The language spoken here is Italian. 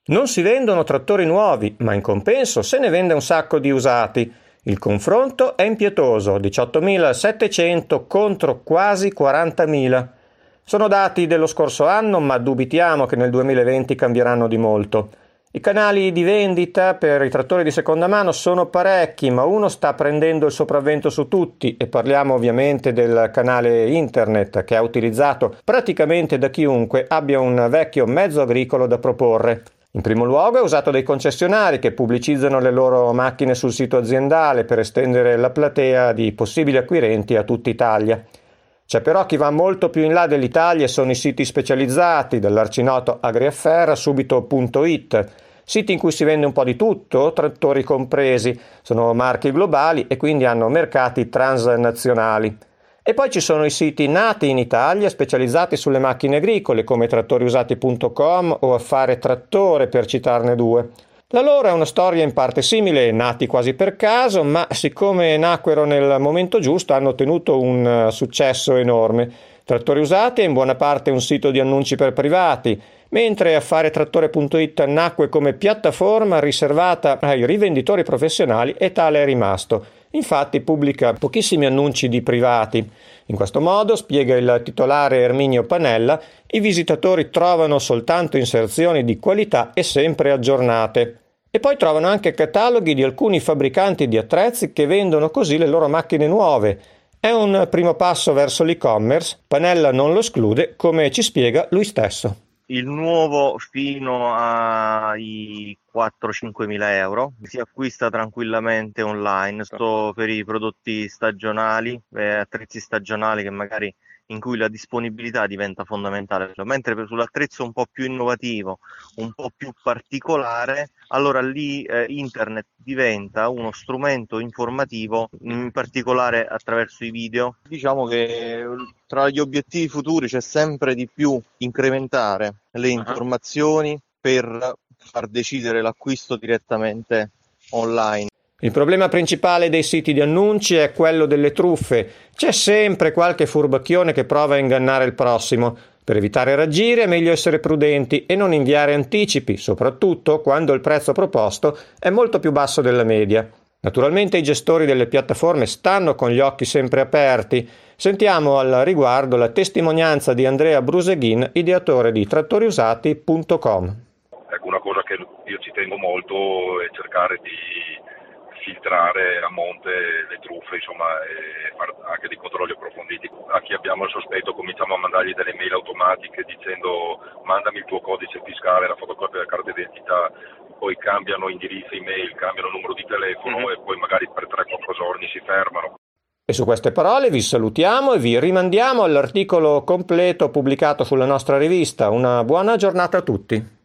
Non si vendono trattori nuovi, ma in compenso se ne vende un sacco di usati. Il confronto è impietoso, 18.700 contro quasi 40.000. Sono dati dello scorso anno, ma dubitiamo che nel 2020 cambieranno di molto. I canali di vendita per i trattori di seconda mano sono parecchi, ma uno sta prendendo il sopravvento su tutti, e parliamo ovviamente del canale internet, che è utilizzato praticamente da chiunque abbia un vecchio mezzo agricolo da proporre. In primo luogo è usato dai concessionari che pubblicizzano le loro macchine sul sito aziendale per estendere la platea di possibili acquirenti a tutta Italia. C'è però chi va molto più in là dell'Italia e sono i siti specializzati, dall'arcinoto AgriAffair a subito.it, siti in cui si vende un po' di tutto, trattori compresi, sono marchi globali e quindi hanno mercati transnazionali. E poi ci sono i siti nati in Italia specializzati sulle macchine agricole come trattoriusati.com o Affare Trattore, per citarne due. La loro è una storia in parte simile, nati quasi per caso, ma siccome nacquero nel momento giusto hanno ottenuto un successo enorme. Trattori Usati è in buona parte un sito di annunci per privati, mentre affaretrattore.it nacque come piattaforma riservata ai rivenditori professionali e tale è rimasto. Infatti pubblica pochissimi annunci di privati. In questo modo, spiega il titolare Erminio Panella, i visitatori trovano soltanto inserzioni di qualità e sempre aggiornate. E poi trovano anche cataloghi di alcuni fabbricanti di attrezzi che vendono così le loro macchine nuove. È un primo passo verso l'e-commerce, Panella non lo esclude, come ci spiega lui stesso. Il nuovo fino ai 4-5 mila euro si acquista tranquillamente online, sto per i prodotti stagionali, attrezzi stagionali che magari in cui la disponibilità diventa fondamentale, mentre sull'attrezzo un po' più innovativo, un po' più particolare, allora lì internet diventa uno strumento informativo, in particolare attraverso i video. Diciamo che tra gli obiettivi futuri c'è sempre di più incrementare le informazioni per far decidere l'acquisto direttamente online. Il problema principale dei siti di annunci è quello delle truffe. C'è sempre qualche furbacchione che prova a ingannare il prossimo. Per evitare raggiri è meglio essere prudenti e non inviare anticipi, soprattutto quando il prezzo proposto è molto più basso della media. Naturalmente i gestori delle piattaforme stanno con gli occhi sempre aperti. Sentiamo al riguardo la testimonianza di Andrea Bruseghin, ideatore di trattoriusati.com. Ecco, una cosa che io ci tengo molto è cercare di filtrare a monte le truffe, insomma, e fare anche dei controlli approfonditi. A chi abbiamo il sospetto cominciamo a mandargli delle mail automatiche dicendo mandami il tuo codice fiscale, la fotocopia della carta d'identità, poi cambiano indirizzo email, cambiano numero di telefono e poi magari per 3-4 giorni si fermano. E su queste parole vi salutiamo e vi rimandiamo all'articolo completo pubblicato sulla nostra rivista. Una buona giornata a tutti.